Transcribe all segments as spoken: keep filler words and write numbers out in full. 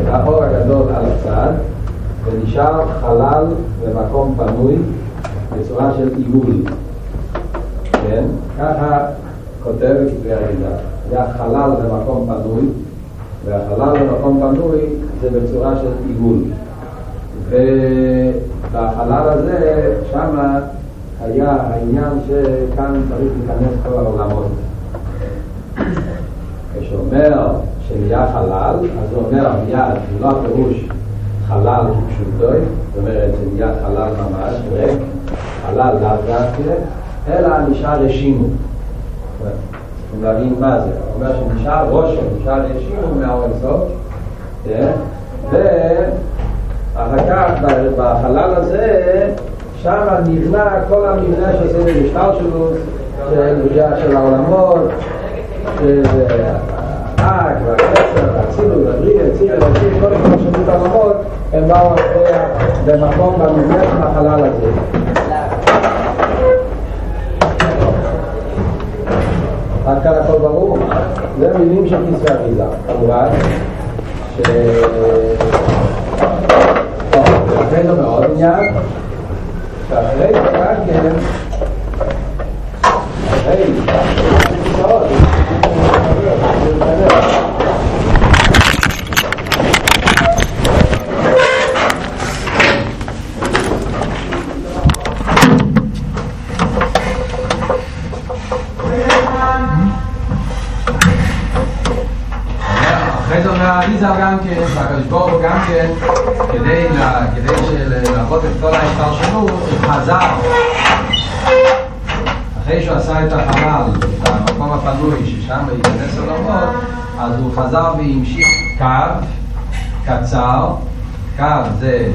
האור הגדול על הצד ונשאר חלל במקום פנוי בצורה של עיגול. כן? ככה כותב כתבי אריזה. זה החלל במקום פנוי, והחלל במקום פנוי זה בצורה של עיגול. ובחלל הזה שמה היה העניין שכאן צריך להיכנס כל העולמות. כשאומר שנהיה חלל, אז הוא אומר מיד, זה לא הפירוש חלל כפשוטו, זאת אומרת שנהיה חלל ממש, ריק, חלל לאו דווקא, אלא נשאר רשימו. צריכים להבין מה זה. הוא אומר שנשאר רושם, נשאר רשימו מהאור אינסוף, ואחר כך בחלל הזה שם נבנה כל המבנה שעושה במשטר שלו, של העולמות, של האק והכסר והצילות והבריא, הציל והציל, כל אחד שנות העולמות הם באו במקום במבנה של החלל הזה. עד כאן הכל ברור. זה מילים של כיסא אריזה. כמובן ש... לכן זה מאוד עניין שאחרי זה כאן כן אחרי כיסאות האריזה גם כן, והקדוש ברוך הוא גם כן, כדי לעבוד את כל ההשתלשלות, הוא חזר. אחרי שהוא עשה את החלל, את המקום הפנוי ששם ייכנס עולמות, אז הוא חזר והמשיך קו קצר. קו זה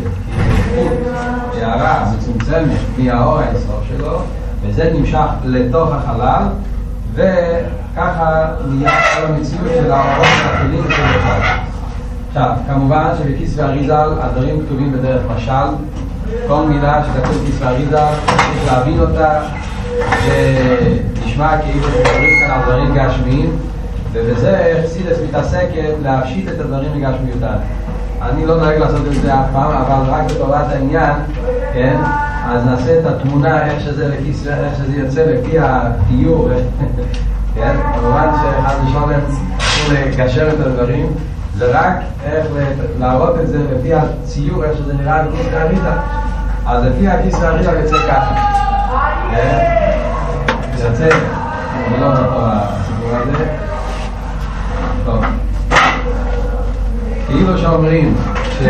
הערה מצומצמת מהאור האינסוף שלו, וזה נמשך לתוך החלל, וככה נהיה כל המציאות של האורות והכלים של אחד. עכשיו, כמובן שבכיסא אריזל הדברים כתובים בדרך משל. כל מילה שכתוב בכיסא אריזל צריך להבין אותה, ונשמע כאילו מדברים כאן על דברים גשמיים, ובזה חסידות מתעסקת להפשיט את הדברים מגשמיותם. אני לא נוהג לעשות את זה אף פעם, אבל רק בטובת העניין, כן? אז נעשה את התמונה איך שזה לכיסא, איך שזה יוצא לפי התיאור, כן? כמובן שאחד ראשון אסור לקשר את הדברים, זה רק איך להראות את זה לפי הציור, איך שזה נראה בכיסא אריזה. אז לפי הכיסא אריזה יוצא ככה. יוצא, אני לא אומר פה הסיפור הזה. טוב. כאילו שאומרים ש...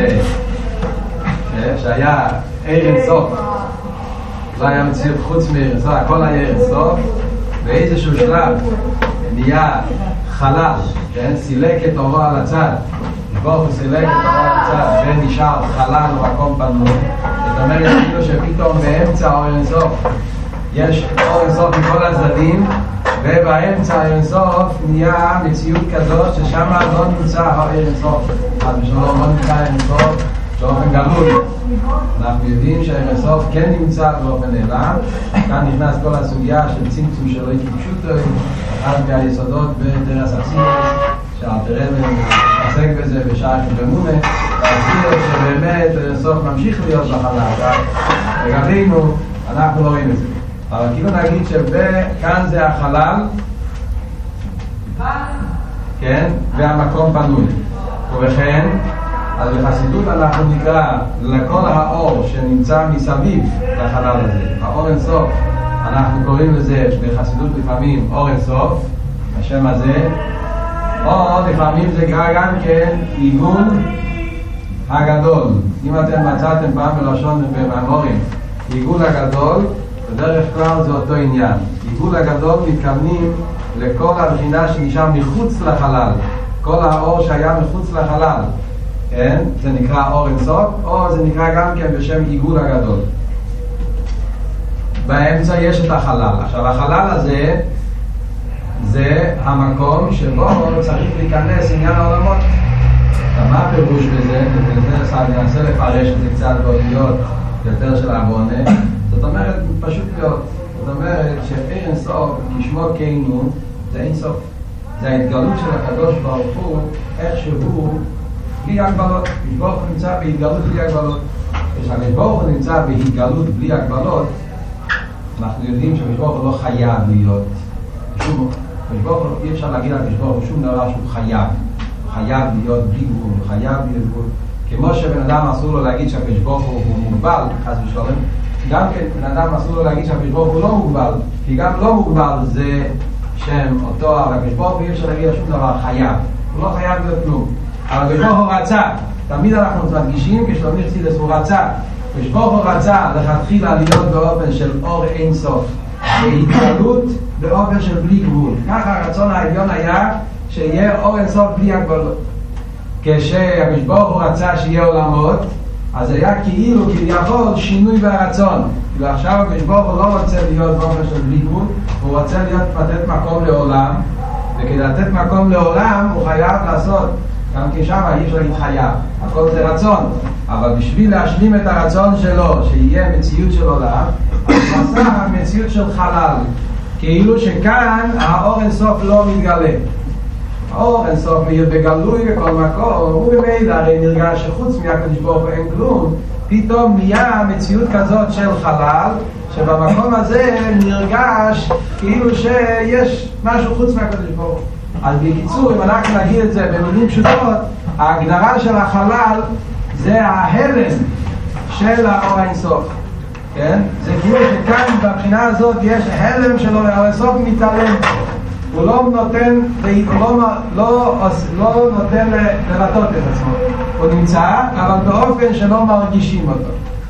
שהיה עיר אינסוף, לא היה מציאות חוץ מעיר אינסוף, הכל היה עיר אינסוף, באיזשהו שלב נהיה חלל, סילק את אורו על הצד, ברוך הוא סילק את אורו על הצד ונשאר חלל ומקום פנוי. זאת אומרת כאילו שפתאום באמצע אור אינסוף יש אור אינסוף מכל הצדדים, ובאמצע האינסוף נהיה מציאות כזאת ששם לא נמצא האור אינסוף. אז בשלום לא נמצא האינסוף באופן גלוי. אנחנו יודעים שהאינסוף כן נמצא באופן נעלם. כאן נכנס כל הסוגיה של צמצום שלא יתפשוט, אחד מהיסודות בדרס אקסימוס, שהאלתר רבי מתעסק בזה בשעה כבמונה, להסביר שבאמת האינסוף ממשיך להיות בחלל. לגבינו אנחנו לא רואים את זה. אבל כאילו נגיד שכאן זה החלל, כן, והמקום פנוי. ובכן, אז בחסידות אנחנו נקרא לכל האור שנמצא מסביב לחלל הזה, האור אינסוף, אנחנו קוראים לזה בחסידות לפעמים אור אינסוף, השם הזה, או לפעמים זה קרא גם כן עיגול הגדול. אם אתם מצאתם פעם בלשון במאמרים עיגול הגדול, בדרך כלל זה אותו עניין. עיגול הגדול מתכוונים לכל הבחינה שנשאר מחוץ לחלל, כל האור שהיה מחוץ לחלל, כן? זה נקרא אור אינסוף, או זה נקרא גם כן בשם עיגול הגדול. באמצע יש את החלל. עכשיו החלל הזה זה המקום שבו צריך להיכנס עניין העולמות. מה הפירוש בזה? אני אנסה לפרש את זה קצת באותיות יותר של העוונה. זאת אומרת, פשוט להיות. זאת אומרת שאין אינסוף, כשמו כינו, זה אינסוף. זה ההתגלות של הקדוש ברוך הוא, איך שהוא בלי הגבלות. הקדוש ברוך הוא נמצא בהתגלות בלי הגבלות. כשהקדוש ברוך הוא נמצא בהתגלות בלי הגבלות, אנחנו יודעים שהקדוש ברוך הוא לא חייב להיות שום, הקדוש ברוך הוא, אי אפשר להגיד על הקדוש ברוך הוא שום דבר שהוא חייב. הוא חייב להיות בלי גבול, הוא חייב להיות גבול. כמו שבן אדם אסור לו להגיד שהקדוש ברוך הוא מוגבל, חס ושלום, גם כן בן אדם אסור לו להגיד שהקדוש ברוך הוא לא מוגבל, כי גם לא מוגבל זה שם אותו, אבל הקדוש ברוך הוא אי אפשר להגיד על שום דבר חייב, הוא לא חייב להיות כלום. אבל הקדוש ברוך הוא רצה, תמיד אנחנו מדגישים כשלומדים חסידות, הוא רצה, הקדוש ברוך הוא רצה לכתחילה להיות באופן של אור אין סוף, בהתגלות באופן של בלי גבול. ככה הרצון העליון היה שיהיה אור אין סוף בלי הגבלות. כשהקדוש ברוך הוא רצה שיהיה עולמות, אז היה כאילו כביכול שינוי ברצון. כאילו עכשיו הקדוש ברוך הוא לא רוצה להיות באופן של בלי גבול, הוא רוצה להיות לתת מקום לעולם, וכדי לתת מקום לעולם הוא חייב לעשות, גם כי שם אי אפשר להגיד חייב, הכל זה רצון, אבל בשביל להשלים את הרצון שלו שיהיה מציאות של עולם, אז הוא עשה מציאות של חלל, כאילו שכאן האור אינסוף לא מתגלה. האור אינסוף מאיר בגלוי בכל מקום, הוא במילא הרי נרגש שחוץ מהקדוש ברוך הוא אין כלום, פתאום נהיה מציאות כזאת של חלל, שבמקום הזה נרגש כאילו שיש משהו חוץ מהקדוש ברוך הוא. אז בקיצור, אם אנחנו נגיד את זה במילים פשוטות, ההגדרה של החלל זה ההלם של האור האינסוף. כן? זה כאילו שכאן בבחינה הזאת יש הלם של האור האינסוף מתעלם. הוא לא נותן, הוא לא, לא, לא נותן לבטאות את עצמו. הוא נמצא, אבל באופן שלא מרגישים אותו.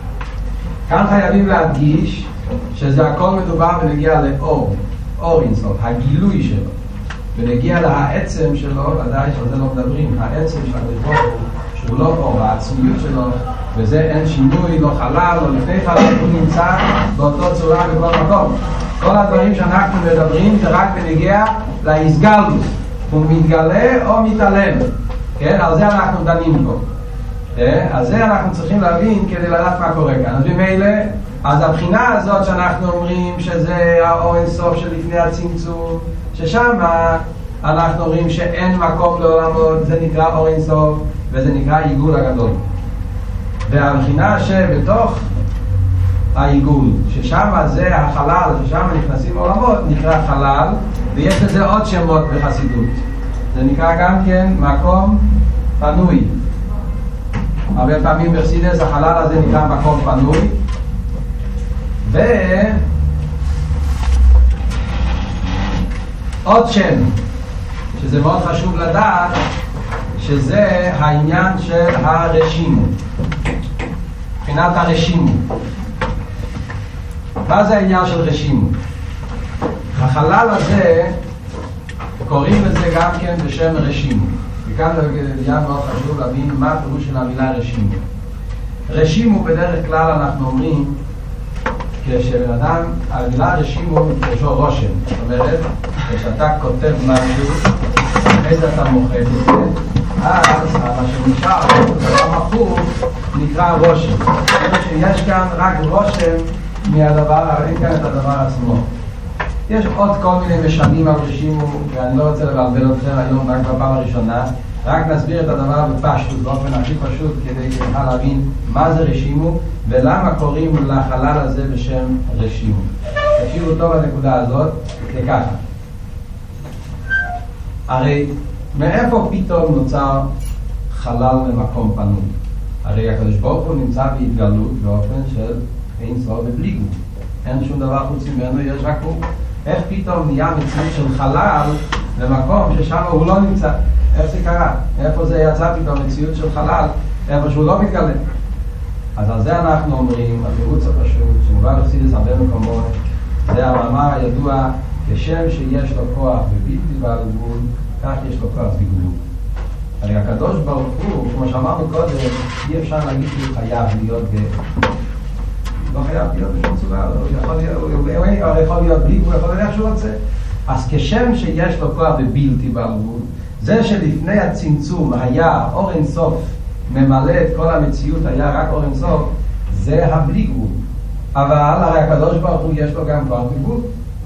כאן חייבים להדגיש שזה הכל מדובר ונגיע לאור, אור אינסוף, הגילוי שלו. ונגיע לעצם שלו, ודאי שעל זה לא מדברים, העצם של הקדוש ברוך הוא, שהוא לא אור, העצמיות שלו, וזה אין שינוי, לא חלל, לא לפני חלל, הוא נמצא באותו צורה בכל מקום. כל הדברים שאנחנו מדברים זה רק בנגיע להסגלות, הוא מתגלה או מתעלם, כן? על זה אנחנו דנים פה. כן? על זה אנחנו צריכים להבין כדי לדעת מה קורה כאן. אז במילא, אז הבחינה הזאת שאנחנו אומרים שזה האור אינסוף שלפני הצמצום, ששם אנחנו אומרים שאין מקום לעולמות, זה נקרא אור אינסוף וזה נקרא עיגול הגדול. והבחינה שבתוך העיגול, ששם זה החלל, ששם נכנסים עולמות, נקרא חלל, ויש לזה עוד שמות בחסידות. זה נקרא גם כן מקום פנוי. הרבה פעמים בחסידות החלל הזה נקרא מקום פנוי. ו... עוד שם, שזה מאוד חשוב לדעת, שזה העניין של הרשימו. מבחינת הרשימו. מה זה העניין של רשימו? החלל הזה, קוראים לזה גם כן בשם רשימו. וכאן עניין מאוד חשוב להבין מה הפירוש של המילה רשימו. רשימו בדרך כלל אנחנו אומרים, כשבן אדם, המילה רשימו פרושו רושם. זאת אומרת, כשאתה כותב משהו, איזה אתה מוחד את זה, אז מה שנשאר, דבר מחור, נקרא רושם. זאת אומרת שיש כאן רק רושם מהדבר, אין כאן את הדבר עצמו. יש עוד כל מיני משנים על רשימו, ואני לא רוצה לבלבל אתכם היום רק בפעם הראשונה, רק נסביר את הדבר בפשטות, באופן הכי פשוט, כדי שנוכל להבין מה זה רשימו, ולמה קוראים לחלל הזה בשם רשימו. תקשיבו טוב לנקודה הזאת, וככה. הרי מאיפה פתאום נוצר חלל ממקום פנוי? הרי הקדוש ברוך הוא נמצא בהתגלות באופן של אין סוף ובלי גבול. אין שום דבר חוץ ממנו, יש רק הוא. איך פתאום נהיה מציאות של חלל במקום ששם הוא לא נמצא? איך זה קרה? איפה זה יצא פתאום מציאות של חלל איפה שהוא לא מתגלה? אז על זה אנחנו אומרים, התירוץ הפשוט, שמובא בחסידות הרבה מקומות, זה המאמר הידוע, כשם שיש לו כוח בבלתי בעל גבול, כך יש לו כוח בגבול. הרי הקדוש ברוך הוא, כמו שאמרנו קודם, אי אפשר להגיד שהוא חייב להיות ב... לא חייב להיות בשום צורה, הוא יכול להיות, הוא יכול להיות בלי, הוא יכול להיות איך שהוא רוצה. אז כשם שיש לו כוח בבלתי בעל גבול, זה שלפני הצמצום היה אור אינסוף ממלא את כל המציאות, היה רק אור אינסוף, זה הבלי גבול. אבל הרי הקדוש ברוך הוא יש לו גם כוח בגבול.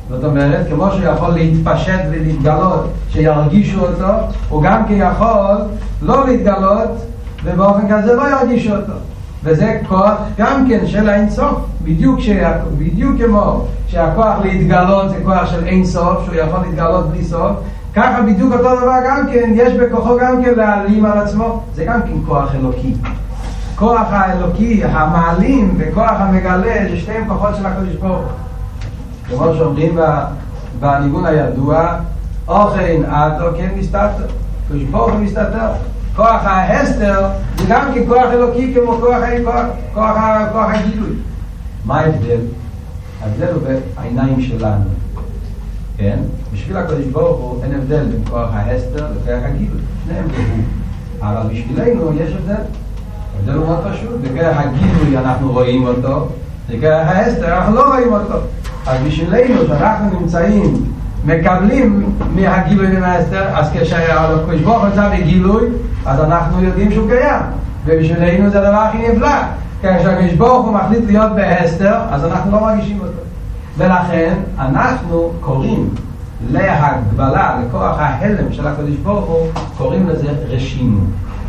זאת אומרת, כמו שהוא יכול להתפשט ולהתגלות, שירגישו אותו, הוא גם כן יכול לא להתגלות, ובאופן כזה לא ירגישו אותו. וזה כוח גם כן של האינסוף, בדיוק, ש... בדיוק כמו שהכוח להתגלות זה כוח של אינסוף, שהוא יכול להתגלות בלי סוף, ככה בדיוק אותו דבר גם כן, יש בכוחו גם כן להעלים על עצמו, זה גם כן כוח אלוקי. כוח האלוקי, המעלים וכוח המגלה, זה שתיהם כוחות של הקדוש ברוך הוא. כמו שאומרים בניגון הידוע, אוכן עד או כן מסתתר, הקדוש ברוך הוא מסתתר. כוח ההסתר זה גם ככוח אלוקי כמו כוח, כוח, כוח, כוח הגילוי. מה ההבדל? ההבדל הוא בעיניים שלנו. כן? בשביל הקדוש ברוך הוא אין הבדל בין כוח ההסתר לכוח הגילוי. שניהם הוא. אבל בשבילנו יש הבדל. ההבדל הוא מאוד פשוט. בכוח הגילוי אנחנו רואים אותו, בכוח ההסתר אנחנו לא רואים אותו. אז בשבילנו שאנחנו נמצאים מקבלים מהגילוי ומההסתר, אז כשהקדוש ברוך הוא נמצא בגילוי, אז אנחנו יודעים שהוא קיים, ובשבילנו זה הדבר הכי נפלא. כשהקדוש ברוך הוא מחליט להיות בהסתר, אז אנחנו לא מרגישים אותו. ולכן אנחנו קוראים להגבלה, לכוח ההלם של הקדוש ברוך הוא, קוראים לזה רשימו.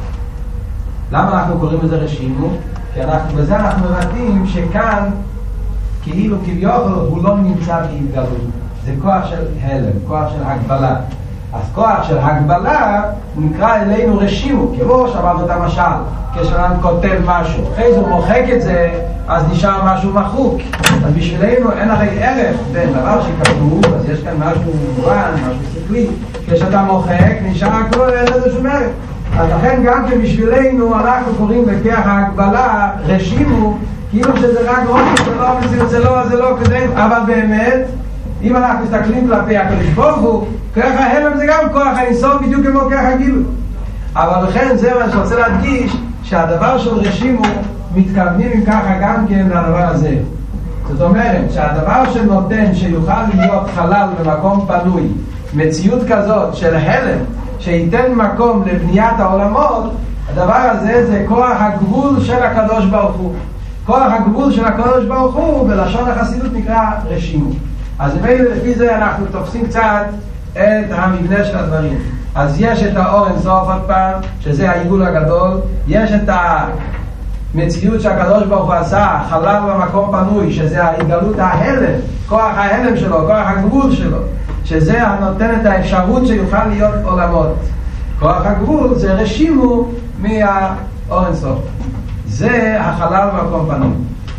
למה אנחנו קוראים לזה רשימו? כי אנחנו, בזה אנחנו מבטאים שכאן כאילו כביכול הוא לא נמצא בהתגלות. זה כוח של הלם, כוח של הגבלה. אז כוח של הגבלה נקרא אלינו רשימו, כמו שאמרנו את המשל, כשאדם כותב משהו, אחרי זה הוא מוחק את זה, אז נשאר משהו מחוק. אז בשבילנו אין הרי ערך בין דבר שכתוב, אז יש כאן משהו מובן, משהו שכלי, כשאתה מוחק נשאר הכל, אין לזה שום ערך. אז לכן גם כן בשבילנו אנחנו קוראים לכוח ההגבלה רשימו, כאילו שזה רק רואים, זה לא, זה לא, זה לא כזה, אבל באמת אם אנחנו מסתכלים כלפי הקדוש ברוך הוא, כוח ההלם זה גם כוח האינסוף בדיוק כמו כוח הגילוי. אבל לכן זה מה שרוצה להדגיש, שהדבר של רשימו מתכוונים עם ככה גם כן לדבר הזה. זאת אומרת שהדבר שנותן שיוכל להיות חלל במקום פנוי, מציאות כזאת של הלם שייתן מקום לבניית העולמות, הדבר הזה זה כוח הגבול של הקדוש ברוך הוא. כוח הגבול של הקדוש ברוך הוא בלשון החסידות נקרא רשימו. אז לפי זה אנחנו תופסים קצת את המבנה של הדברים. אז יש את האור אינסוף עוד פעם, שזה העיגול הגדול, יש את המציאות שהקדוש ברוך הוא עשה, חלל במקום פנוי, שזה ההתגלות ההלם, כוח ההלם שלו, כוח הגבול שלו, שזה הנותן את האפשרות שיוכל להיות עולמות. כוח הגבול זה רשימו מהאור אינסוף. זה החלל במקום פנוי.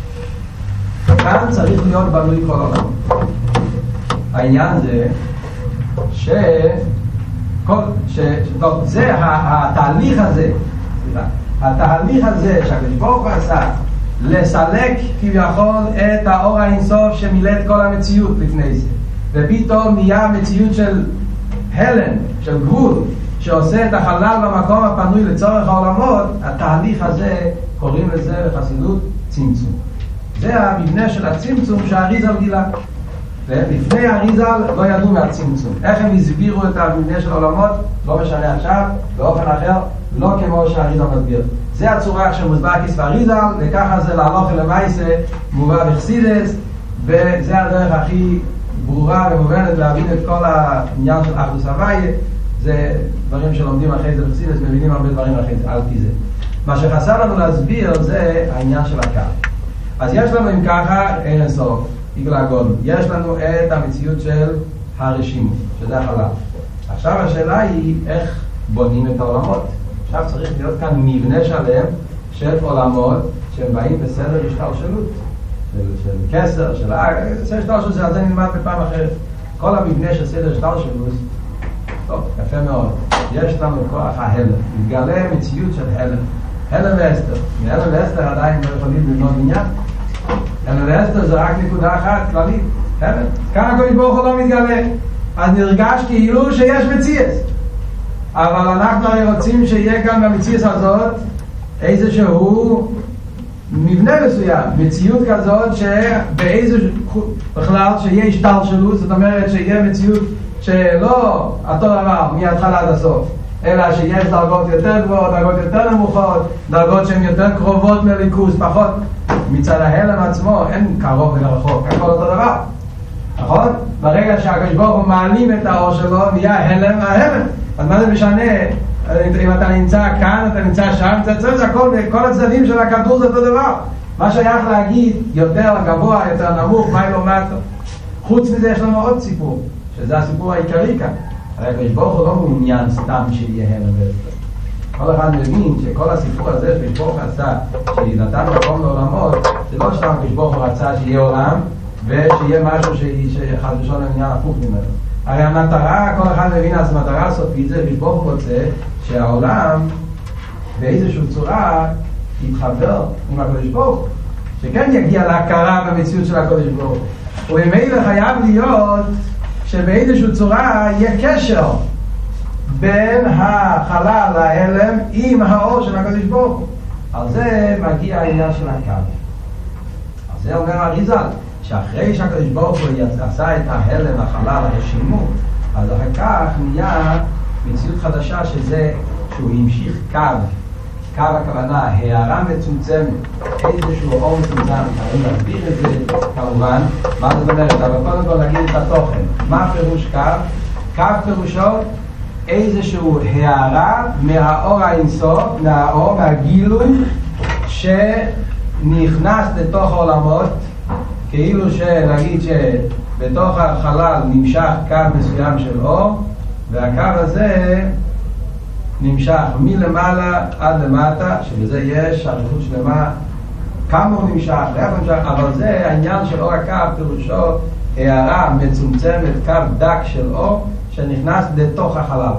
כאן צריך להיות בנוי כל עולם. העניין זה ש... כל... ש... טוב, זה התהליך הזה, התהליך הזה שהקדוש ברוך הוא עשה לסלק כביכול את האור האינסוף שמילא את כל המציאות לפני זה, ופתאום נהיה מציאות של הלם, של גבול, שעושה את החלל במקום הפנוי לצורך העולמות. התהליך הזה קוראים לזה בחסידות צמצום. זה המבנה של הצמצום שהאריזל גילה. ולפני האריזל לא ידעו מהצמצום. איך הם הסבירו את המבנה של העולמות? לא משנה עכשיו, באופן אחר, לא כמו שהאריזל מסביר. זה הצורה שמוסבר כסף האריזל, וככה זה להלוך למעשה מובא בחסידות, וזה הדרך הכי ברורה ומובנת להבין את כל העניין של אחדות הוויה. זה דברים שלומדים אחרי זה בחסידות, מבינים הרבה דברים אחרי זה, על פי זה. מה שחסר לנו להסביר זה העניין של הקו. אז יש לנו אם ככה אין סוף, עיגול הגודל. יש לנו את המציאות של הרשימו, שזה החלל. עכשיו השאלה היא איך בונים את העולמות. עכשיו צריך להיות כאן מבנה שלם של עולמות שהם באים בסדר השתלשלות, של, של כסר, של אג, סדר השתלשלות זה על זה נלמד בפעם אחרת. כל המבנה של סדר השתלשלות, טוב, יפה מאוד. יש לנו כוח ההלם, מתגלה מציאות של הלם. הלם ואסתר. מהלם ואסתר עדיין לא יכולים לבנות בניין. הלם ואסתר זה רק נקודה אחת כללית. הלם. כאן הקדוש ברוך הוא לא מתגלה. אז נרגש כאילו שיש מציאות. אבל אנחנו הרי רוצים שיהיה כאן במציאות הזאת איזשהו מבנה מסוים. מציאות כזאת שבאיזה בכלל שיהיה השתלשלות, זאת אומרת שיהיה מציאות שלא אותו דבר מההתחלה עד הסוף, אלא שיש דרגות יותר גבוהות, דרגות יותר נמוכות, דרגות שהן יותר קרובות מליכוז, פחות. מצד ההלם עצמו אין קרוב ולרחוק, הכל אותו דבר. נכון? ברגע שהקדוש ברוך הוא מעלים את האור שלו, נהיה הלם, ההלם. אז מה זה משנה? אם אתה נמצא כאן, אתה נמצא שם, זה הכל, כל הצדדים של הכדור זה אותו דבר. מה שייך להגיד יותר גבוה, יותר נמוך, מה לא מטה? חוץ מזה יש לנו עוד סיפור, שזה הסיפור העיקרי כאן. הרי הקדוש ברוך הוא לא מעוניין סתם שיהיה הלם והסתר. כל אחד מבין שכל הסיפור הזה שקדוש ברוך הוא עשה, שנתן מקום לעולמות, זה לא סתם קדוש ברוך הוא רצה שיהיה עולם, ושיהיה משהו שחד ושלום עניין הפוך ממנו. הרי המטרה, כל אחד מבין, אז המטרה הסופית זה קדוש ברוך הוא רוצה שהעולם באיזושהי צורה יתחבר עם הקדוש ברוך הוא, שכן יגיע להכרה במציאות של הקדוש ברוך הוא. ובמילא חייב להיות שבאיזושהי צורה יהיה קשר בין החלל ההלם עם האור של הקדוש ברוך הוא. על זה מגיע העניין של הקו. על זה אומר אריזל, שאחרי שהקדוש ברוך הוא עשה את ההלם, החלל, הרשימות, אז אחר כך נהיה מציאות חדשה שזה שהוא המשיך קו. קו הכוונה, הערה מצומצמת, איזשהו אור מצומצם, חייבים להסביר את זה כמובן, מה זאת אומרת, אבל קודם כל נגיד את התוכן. מה פירוש קו? קו פירושו איזשהו הערה מהאור האינסוף, מהאור, מהגילוי שנכנס לתוך העולמות, כאילו שנגיד שבתוך החלל נמשך קו מסוים של אור, והקו הזה נמשך מלמעלה עד למטה, שבזה יש אריכות שלמה כמה הוא נמשך, לאיפה נמשך, אבל זה העניין של אור הקו, פירושו הערה מצומצמת, קו דק של אור שנכנס לתוך החלל.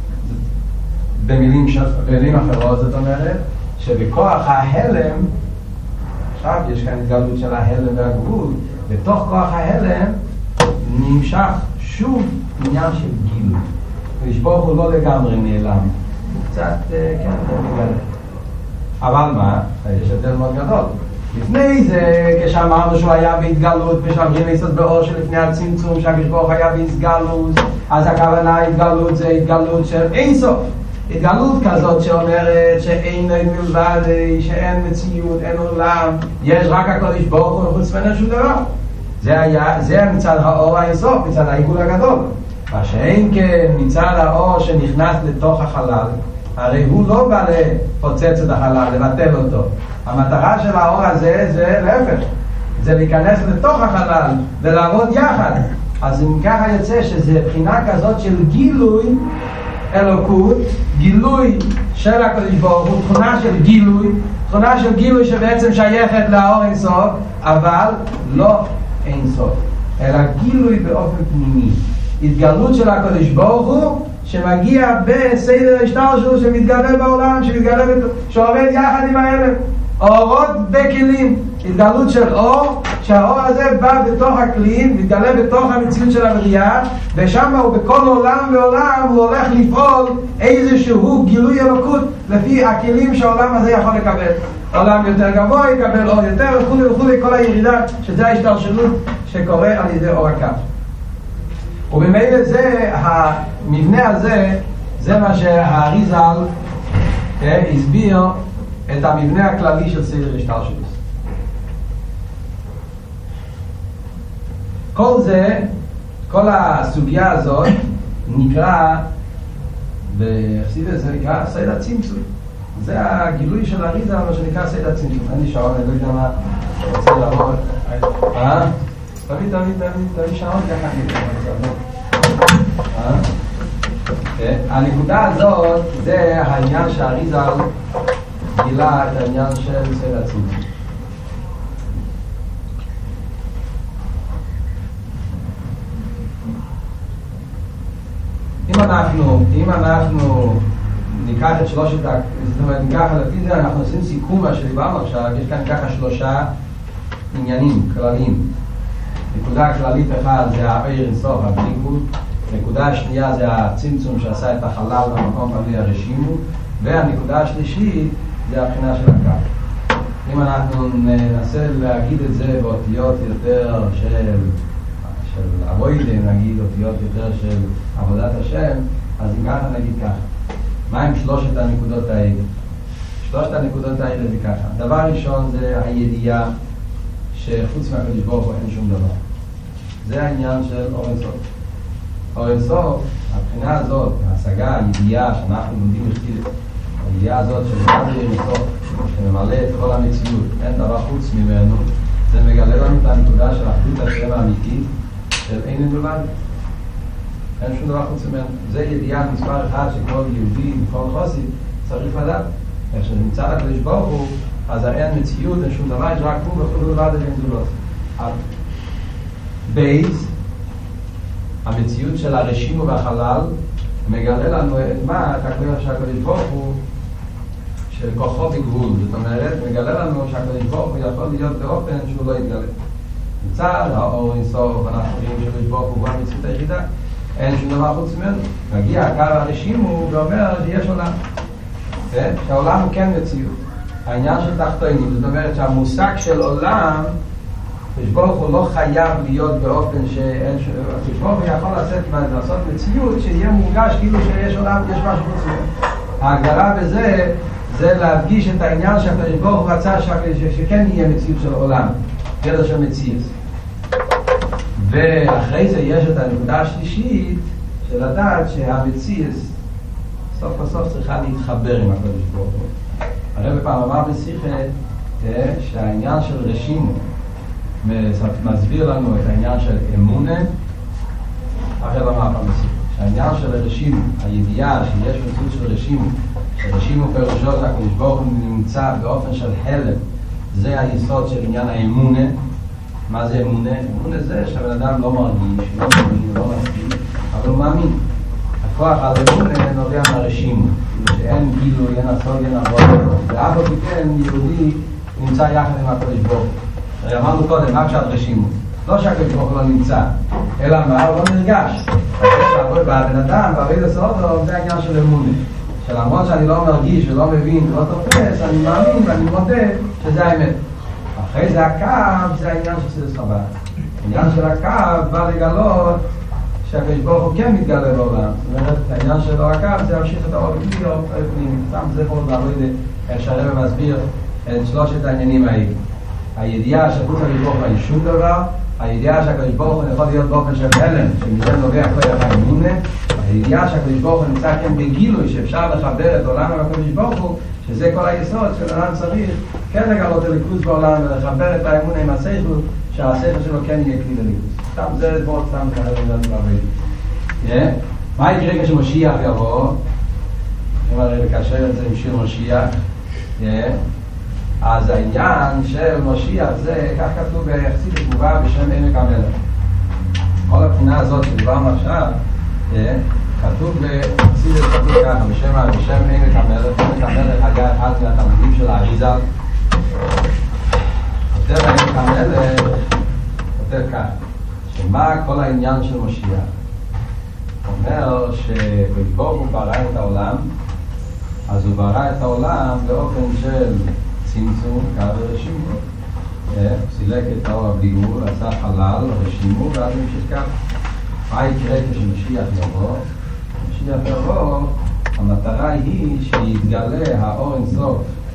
במילים, ש... במילים אחרות זאת אומרת שבכוח ההלם, עכשיו יש כאן התגלות של ההלם והגבול, בתוך כוח ההלם נמשך שוב עניין של גילוי. ושברוך הוא לא לגמרי נעלם, הוא קצת, כן, מגלה. אבל מה? יש הבדל מאוד גדול. לפני זה, כשאמרנו שהוא היה בהתגלות, ושאמרים לעשות באור שלפני הצמצום, שהקדוש היה בהתגלות, אז הכוונה התגלות זה התגלות של אין סוף. התגלות כזאת שאומרת שאין מלבד, שאין מציאות, אין עולם, יש רק הקדוש ברוך הוא חוץ ממנו שום דבר. זה היה, זה מצד האור האינסוף, מצד העיגול הגדול. מה שאין כן מצד האור שנכנס לתוך החלל, הרי הוא לא בא לפוצץ את החלל, לבטל אותו. המטרה של האור הזה זה להפך, זה להיכנס לתוך החלל ולעבוד יחד. אז אם ככה יוצא שזה בחינה כזאת של גילוי אלוקות, גילוי של הקדוש ברוך הוא, תכונה של גילוי, תכונה של גילוי שבעצם שייכת לאור אינסוף, אבל לא אינסוף, אלא גילוי באופן פנימי. התגלות של הקדוש ברוך הוא שמגיע בסדר השטר שלו, שמתגלה בעולם, שמתגלה בת... שעובד יחד עם האלם. אורות בכלים, התגלות של אור, שהאור הזה בא בתוך הכלים, מתגלה בתוך המציאות של הבריאה, ושם הוא בכל עולם ועולם הוא הולך לפעול איזשהו גילוי אלוקות לפי הכלים שהעולם הזה יכול לקבל. עולם יותר גבוה יקבל אור יותר וכו' וכו', כל הירידה, שזה ההשתלשלות שקורה על ידי אור הקו. ובמילא זה, המבנה הזה, זה מה שהאריזל הסביר את המבנה הכללי של סדר השתלשלות. כל זה, כל הסוגיה הזאת נקרא, בחסידות זה נקרא סדר צמצום. זה הגילוי של האריזל, מה שנקרא סדר צמצום. אין לי שעון, אני לא יודע מה רוצה לעבור. אה? תמיד, תמיד, תמיד, תמיד שעון ככה נקרא. הנקודה הזאת זה העניין שהאריזל גילה את העניין של סדר צמצום. אם אנחנו, אם אנחנו ניקח את שלושת, זאת אומרת, ניקח לפי זה, אנחנו עושים סיכום מה שדיברנו עכשיו, יש כאן ככה שלושה עניינים כלליים. נקודה כללית אחד זה העיר אינסוף, הבריגות. נקודה השנייה זה הצמצום שעשה את החלל במקום פנוי הרשימו. והנקודה השלישית זה הבחינה של הקו. אם אנחנו ננסה להגיד את זה באותיות יותר של של אבוידים, נגיד אותיות יותר של עבודת השם, אז אם ככה נגיד ככה. מה עם שלושת הנקודות האלה? שלושת הנקודות האלה זה ככה. דבר ראשון זה הידיעה שחוץ מהקדוש ברוך הוא אין שום דבר. זה העניין של אור אין סוף. אור אין סוף, הבחינה הזאת, ההשגה, הידיעה שאנחנו לומדים בכתיב, הידיעה הזאת של אחד אין סוף, שממלא את כל המציאות, אין דבר חוץ ממנו, זה מגלה לנו את הנקודה של אחדות השם האמיתית, של אין מלבד. אין שום דבר חוץ ממנו. זה ידיעה מספר אחד שכל יהודי, כל חוסי, צריך לדעת. איך שנמצא לקדוש ברוך הוא, אז אין מציאות, אין שום דבר, יש רק הוא וכולו לבד אין זולת. בייס, המציאות של הרשימו והחלל, מגלה לנו מה, הכוח שהקדוש ברוך הוא, של כוחו בגבול. זאת אומרת, מגלה לנו שהקדוש ברוך הוא יכול להיות באופן שהוא לא יתגלה. מצד האור אינסוף, אנחנו רואים שהקדוש ברוך הוא כבר מציאות היחידה, אין שום דבר חוץ ממנו. מגיע הקו הרשימו ואומר שיש עולם. שהעולם הוא כן מציאות. העניין של תחתונים, זאת אומרת שהמושג של עולם, ברוך הוא לא חייב להיות באופן שאין, ברוך הוא יכול לעשות, לעשות מציאות שיהיה מורגש כאילו שיש עולם, יש משהו חוץ ממנו. ההגדרה בזה זה להדגיש את העניין שהקדוש ברוך הוא רצה שכן יהיה מציאות של עולם, גדר של מציאות. ואחרי זה יש את הנקודה השלישית של לדעת שהמציאות סוף בסוף צריכה להתחבר עם הקדוש ברוך הוא. הרב פעם אמר בשיחה שהעניין של רשימו מסביר לנו את העניין של אמונה. הרב אמר פעם בשיחה שהעניין של רשימו, הידיעה שיש מציאות של רשימו, שרשימו פירושו שהקדוש ברוך הוא נמצא באופן של הלם, זה היסוד של עניין האמונה. מה זה אמונה? אמונה זה שהבן אדם לא מרגיש, לא מבין, לא מסכים, אבל הוא מאמין. הכוח על אמונה נובע מהרשימו, שאין גילו, אין הסוד, אין עבוד. ואף עוד כן יהודי נמצא יחד עם הקדוש ברוך הוא. אמרנו קודם, רק שעד רשימו. לא שהקדוש ברוך הוא לא נמצא, אלא מה? הוא לא נרגש. והבן אדם, והבן הסודו, זה העניין של אמונה. שלמרות שאני לא מרגיש ולא מבין ולא תופס, אני מאמין ואני מודה שזה האמת. אחרי זה הקו, זה העניין של סדר סבבה. העניין של הקו בא לגלות שהקדוש ברוך הוא כן מתגלה בעולם. זאת אומרת, העניין של הקו זה להמשיך את האור בפני או פנים. סתם זה מאוד בעבוד שהרבא מסביר את שלושת העניינים האלה. הידיעה שחוץ הקדוש ברוך הוא אין שום דבר, הידיעה שהקדוש ברוך הוא יכול להיות באופן של הלם, שמזה נובע כוח האמונה, הידיעה שהקדוש ברוך הוא נמצא כן בגילוי, שאפשר לחבר את עולם הקדוש ברוך הוא, שזה כל היסוד של אדם צריך כן לגלות הליכוז בעולם ולחבר את האמונה עם השכל, שהשכל שלו כן יהיה כלי לליכוז. סתם זה דבר סתם ככה לדעת לעבוד. מה יקרה כשמשיח יבוא? אם הרי לקשר את זה עם שיר משיח, אז העניין של משיח זה, כך כתוב ביחסית תגובה בשם עמק המלך. כל הבחינה הזאת שדיברנו עכשיו, כתוב ביחסית כתוב ככה, בשם עמק המלך. עמק המלך היה אחד מהתלמידים של האריזל. כותב עמק המלך, כותב כך, שמה כל העניין של משיח? אומר שבברוך הוא ברא את העולם, אז הוא ברא את העולם באופן של צמצום, קו ורשימו. סילק את האור הבליגול, עשה חלל, רשימו, ואז המשיך קו. מה יקרה כשמשיח יבוא? משיח יבוא, המטרה היא שיתגלה האור אינסוף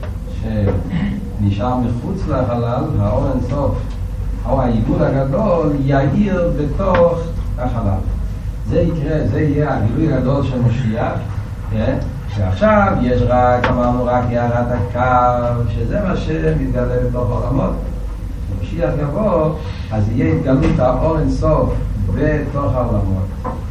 שנשאר מחוץ לחלל, האור אינסוף, האור העיגול הגדול, יאיר בתוך החלל. זה יקרה, זה יהיה הגילוי הגדול של משיח, שעכשיו יש רק, אמרנו רק יערת הקו, שזה מה שמתגלה בתוך העולמות. כשמשיח יבוא, אז יהיה התגלות האור אינסוף בתוך העולמות.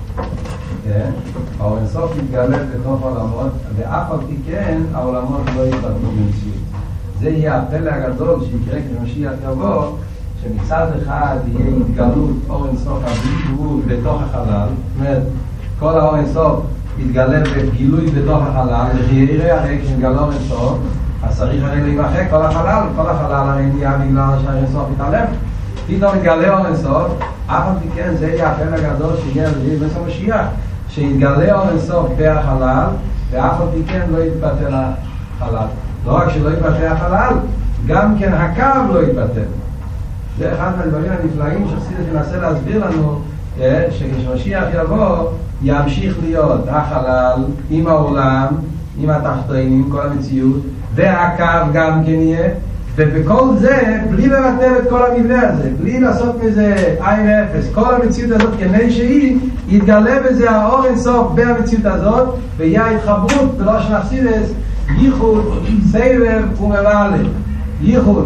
האור אינסוף יתגלה בתוך העולמות, ואף על פי כן העולמות לא יתבטאו במציאות. זה יהיה הפלא הגדול שיקרה כשמשיח יבוא, שמצד אחד יהיה התגלות אור אינסוף הבלי גבול בתוך החלל. זאת אומרת, כל האור אינסוף יתגלה בגילוי בתוך החלל, ויראה הרי כשנגלה אור אינסוף, אז צריך הרי להימחק כל החלל, כל החלל הרי נהיה בגלל שהאור אינסוף יתעלם. פתאום יתגלה אור אינסוף, אף על פי כן זה יהיה הפלא הגדול שיהיה בעצם משיח, שיתגלה אור אינסוף בחלל, ואף על פי כן לא יתבטל החלל. לא רק שלא יתבטל החלל, גם כן הקו לא יתבטל. זה אחד מהדברים הנפלאים שחסידות ינסה להסביר לנו, שכשמשיח יבוא ימשיך להיות החלל עם העולם, עם התחתונים, עם כל המציאות, והקו גם כן יהיה, ובכל זה, בלי לבטל את כל המבנה הזה, בלי לעשות מזה עין אפס, כל המציאות הזאת כמי שהיא, יתגלה בזה האור אינסוף במציאות הזאת, ויהיה התחברות בלושן חסידות, ייחוד, סבב וממלא. ייחוד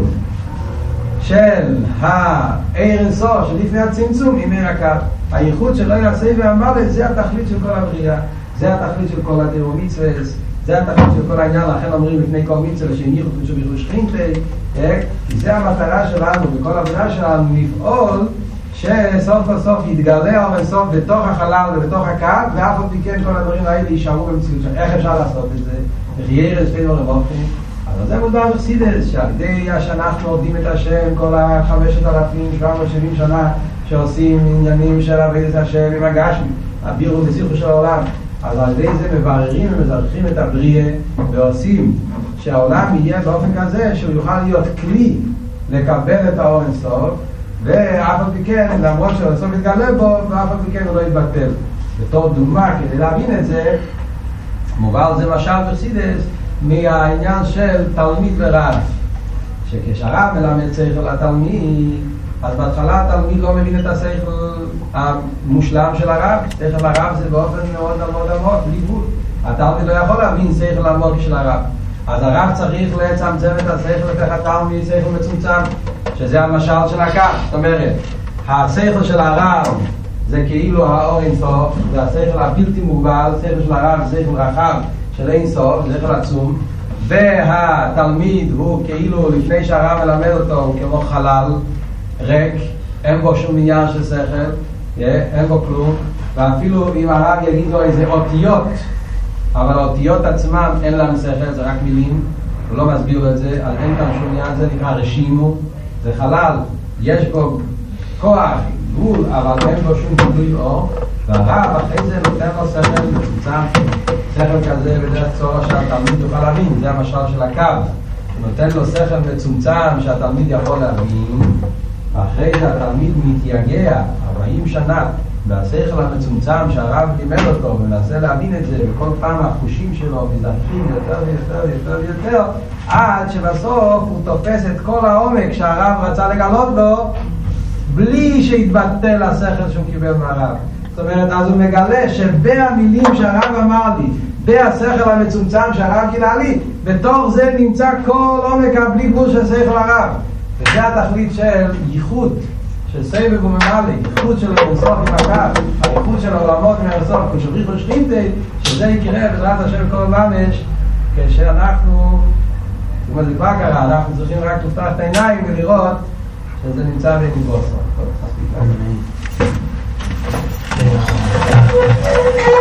של העיר אינסוף שלפני הצמצום עם עיר הקו. הייחוד שלא יעשה והמלא, זה התכלית של כל הבריאה, זה התכלית של כל התיאור מצווה, זה התכלית של כל העניין. לכן אומרים לפני כל מצווה שהם ייחוד ושביחו שכינתי, כי זה המטרה שלנו בכל עבודה שלנו, לפעול שסוף הסוף יתגלה האור אינסוף בתוך החלל ובתוך הקו, ואף על פי כן כל הדברים האלה יישארו במציאות שלנו. איך אפשר לעשות את זה? איך יהיה רזפי ורמופים? אז זה מודבר בחסידות, שעל ידי שאנחנו עובדים את השם כל החמשת אלפים שבע מאות שבעים שנה שעושים עניינים של עבודת השם עם הגשמי, הבירו בשיחו של העולם, אז על ידי זה מבררים ומזרחים את הבריאה ועושים שהעולם יהיה באופן כזה שהוא יוכל להיות כלי לקבל את האור אינסוף, ואף על פי כן, למרות שהאינסוף יתגלה בו, ואף על פי כן הוא לא יתבטל. בתור דוגמה, כדי להבין את זה, מובל זה משל בחסידות מהעניין של תלמיד ורב, שכשהרב מלמד שכל לתלמיד, אז בהתחלה התלמיד לא מבין את השכל המושלם של הרב. שכל הרב זה באופן מאוד מאוד עמוק, בלי גבול. התלמיד לא יכול להבין שכל עמוק של הרב, אז הרב צריך לצמצם את השכל לתוך התלמיד, שכל מצומצם, שזה המשל של הקו. זאת אומרת, השכל של הרב זה כאילו האור אינסוף, זה השכל הבלתי מוגבל. השכל של הרב זה שכל רחב של אינסוף, זה שכל עצום, והתלמיד הוא כאילו לפני שהרב מלמד אותו הוא כמו חלל ריק, אין בו שום עניין של שכל, אין בו כלום. ואפילו אם הרב יגיד לו איזה אותיות, אבל האותיות עצמם אין להם שכל, זה רק מילים, הוא לא מסביר לו את זה, אז אין כאן שום עניין. זה נקרא רשימו, זה חלל, יש בו כוח, גבול, אבל אין בו שום גילוי אור. והרב אחרי זה נותן לו שכל מצומצם, שכל כזה בדרך צורה שהתלמיד יוכל להבין. זה המשל של הקו, הוא נותן לו שכל מצומצם שהתלמיד יכול להבין. אחרי זה התלמיד מתייגע ארבעים שנה והשכל המצומצם שהרב לימד אותו, ומנסה להבין את זה, וכל פעם החושים שלו מזרחים יותר ויותר ויותר ויותר, עד שבסוף הוא תופס את כל העומק שהרב רצה לגלות לו, בלי שיתבטל השכל שהוא קיבל מהרב. זאת אומרת, אז הוא מגלה שבהמילים שהרב אמר לי, בהשכל המצומצם שהרב גילה לי, בתוך זה נמצא כל עומק הבלי גבול של שכל הרב. וזה התכלית של ייחוד, של סבב וממלא, ייחוד של אינסוף עם הקו, הייחוד של העולמות מהאינסוף, כשבריחו שכינתי, שזה יקרה בעזרת השם כל ממש, כשאנחנו, כמו זה כבר קרה, אנחנו צריכים רק לפתוח את העיניים ולראות שזה נמצא בניבוסו. טוב, חספיק.